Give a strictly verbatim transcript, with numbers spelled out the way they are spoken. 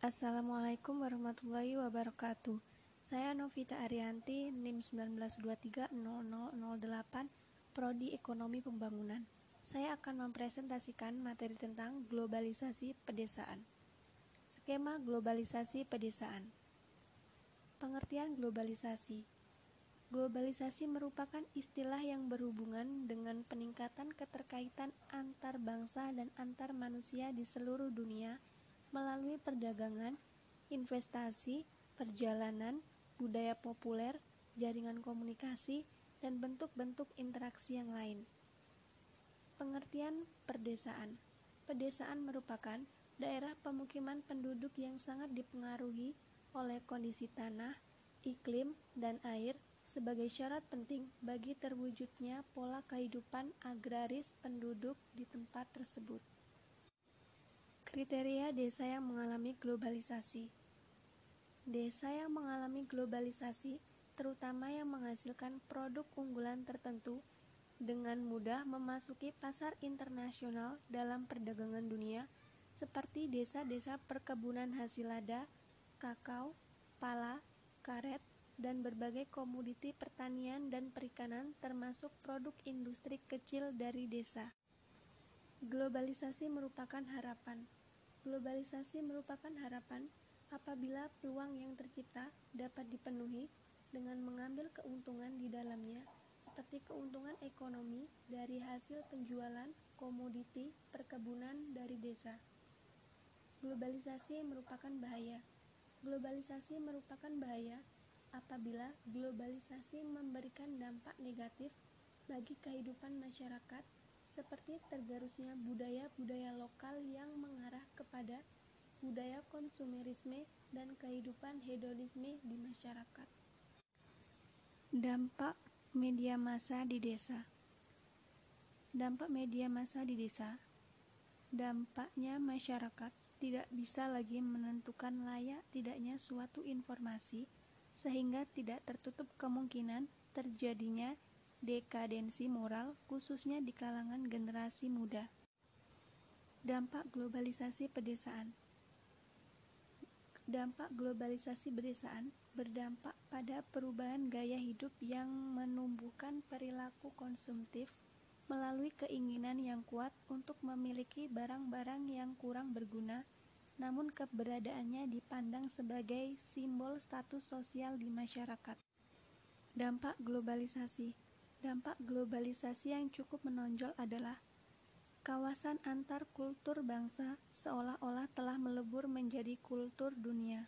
Assalamualaikum warahmatullahi wabarakatuh. Saya Novita Arianti, NIM satu sembilan dua tiga nol nol nol delapan, Prodi Ekonomi Pembangunan. Saya akan mempresentasikan materi tentang globalisasi pedesaan. Skema globalisasi pedesaan. Pengertian globalisasi. Globalisasi merupakan istilah yang berhubungan dengan peningkatan keterkaitan antar bangsa dan antar manusia di seluruh dunia melalui perdagangan, investasi, perjalanan, budaya populer, jaringan komunikasi, dan bentuk-bentuk interaksi yang lain. Pengertian perdesaan. Pedesaan merupakan daerah pemukiman penduduk yang sangat dipengaruhi oleh kondisi tanah, iklim, dan air sebagai syarat penting bagi terwujudnya pola kehidupan agraris penduduk di tempat tersebut. Kriteria desa yang mengalami globalisasi. Desa yang mengalami globalisasi, terutama yang menghasilkan produk unggulan tertentu, dengan mudah memasuki pasar internasional dalam perdagangan dunia, seperti desa-desa perkebunan hasil lada, kakao, pala, karet, dan berbagai komoditi pertanian dan perikanan termasuk produk industri kecil dari desa. Globalisasi merupakan harapan. Globalisasi merupakan harapan apabila peluang yang tercipta dapat dipenuhi dengan mengambil keuntungan di dalamnya, seperti keuntungan ekonomi dari hasil penjualan komoditi perkebunan dari desa. Globalisasi merupakan bahaya. Globalisasi merupakan bahaya apabila globalisasi memberikan dampak negatif bagi kehidupan masyarakat, seperti tergerusnya budaya-budaya lokal yang mengarah kepada budaya konsumerisme dan kehidupan hedonisme di masyarakat. Dampak media massa di desa. Dampak media massa di desa. Dampaknya masyarakat tidak bisa lagi menentukan layak tidaknya suatu informasi, sehingga tidak tertutup kemungkinan terjadinya dekadensi moral, khususnya di kalangan generasi muda. Dampak globalisasi pedesaan. Dampak globalisasi pedesaan berdampak pada perubahan gaya hidup yang menumbuhkan perilaku konsumtif melalui keinginan yang kuat untuk memiliki barang-barang yang kurang berguna, namun keberadaannya dipandang sebagai simbol status sosial di masyarakat. Dampak globalisasi. Dampak globalisasi yang cukup menonjol adalah kawasan antar kultur bangsa seolah-olah telah melebur menjadi kultur dunia.